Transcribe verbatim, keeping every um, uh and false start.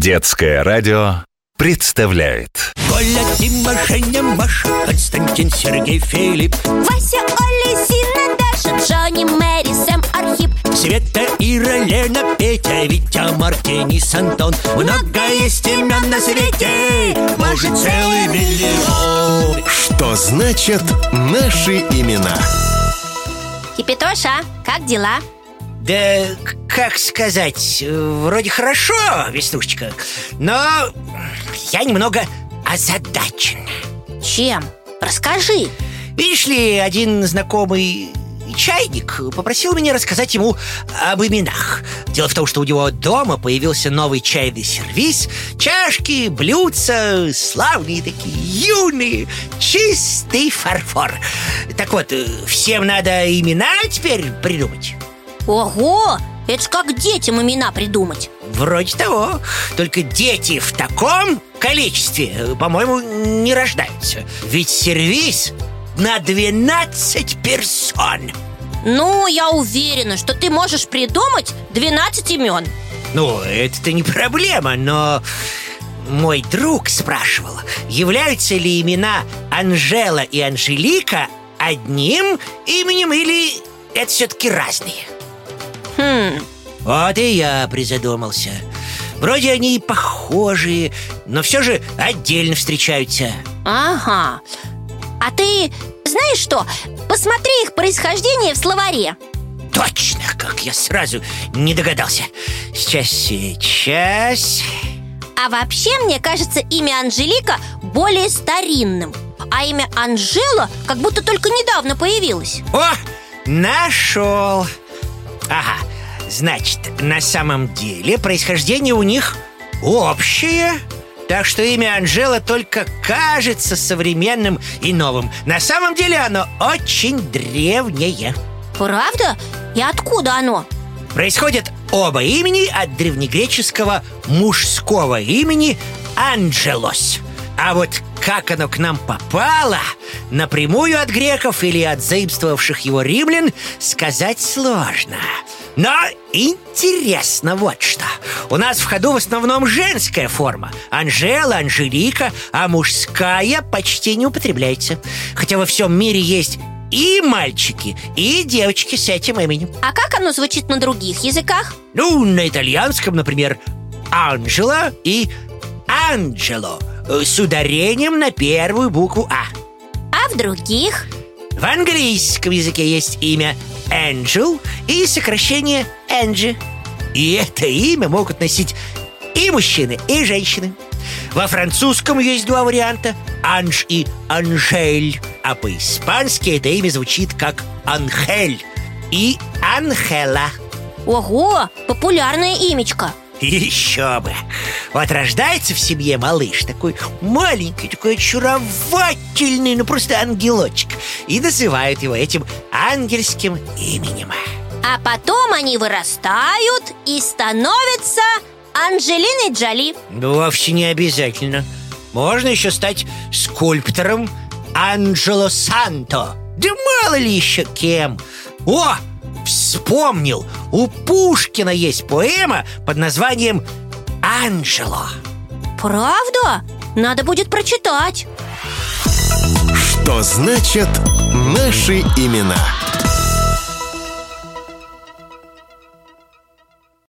Детское радио представляет. Коля, Дима, Женя, Маша, Константин, Сергей, Филипп, Вася, Оля, Зина, Даша, Джонни, Мэри, Сэм, Архип, Света, Ира, Лена, Петя, Витя, Марк, Денис, Антон. Много есть имен на свете, может, целый миллион. Что значит наши имена? Кипятоша, как дела? Да, как сказать, вроде хорошо, Веснушечка, но я немного озадачен. Чем? Расскажи. Видишь ли, один знакомый чайник попросил меня рассказать ему об именах. Дело в том, что у него дома появился новый чайный сервиз. Чашки, блюдца, славные такие, юные, чистый фарфор. Так вот, всем надо имена теперь придумать. Ого, это ж как детям имена придумать. Вроде того. Только дети в таком количестве, по-моему, не рождаются. Ведь сервиз на двенадцать персон. Ну, я уверена, что ты можешь придумать двенадцать имен. Ну, это-то не проблема, но мой друг спрашивал, являются ли имена Анжела и Анжелика одним именем или это все-таки разные? Хм, Вот и я призадумался. Вроде они и похожие, но все же отдельно встречаются. ага. А ты знаешь что? Посмотри их происхождение в словаре. Точно, как я сразу не догадался. Сейчас, сейчас. А вообще, мне кажется, имя Анжелика более старинным, а имя Анжела как будто только недавно появилось. О, нашел. Ага, значит, на самом деле происхождение у них общее. Так что имя Анжела только кажется современным и новым. На самом деле оно очень древнее. Правда? И откуда оно? Происходят оба имени от древнегреческого мужского имени Анджелос. А вот как оно к нам попало, напрямую от греков или от заимствовавших его римлян, сказать сложно. Но интересно вот что. У нас в ходу в основном женская форма Анжела, Анжелика, а мужская почти не употребляется. Хотя во всем мире есть и мальчики, и девочки с этим именем. А как оно звучит на других языках? Ну, на итальянском, например, Анджела и Анджело, с ударением на первую букву А. А в других? В английском языке есть имя Angel и сокращение Angie. И это имя могут носить и мужчины, и женщины. Во французском есть два варианта – Анж и Анжель. А по-испански это имя звучит как Анхель и Анхела. Ого, популярное имечко. Еще бы. Вот рождается в семье малыш, такой маленький, такой очаровательный, ну просто ангелочек, и называют его этим ангельским именем. А потом они вырастают и становятся Анджелиной Джоли. Ну, вовсе не обязательно. Можно еще стать скульптором Анджело Санто. Да мало ли еще кем. О, вспомнил. У Пушкина есть поэма под названием «Анджело». Правда? Надо будет прочитать. Что значит наши имена?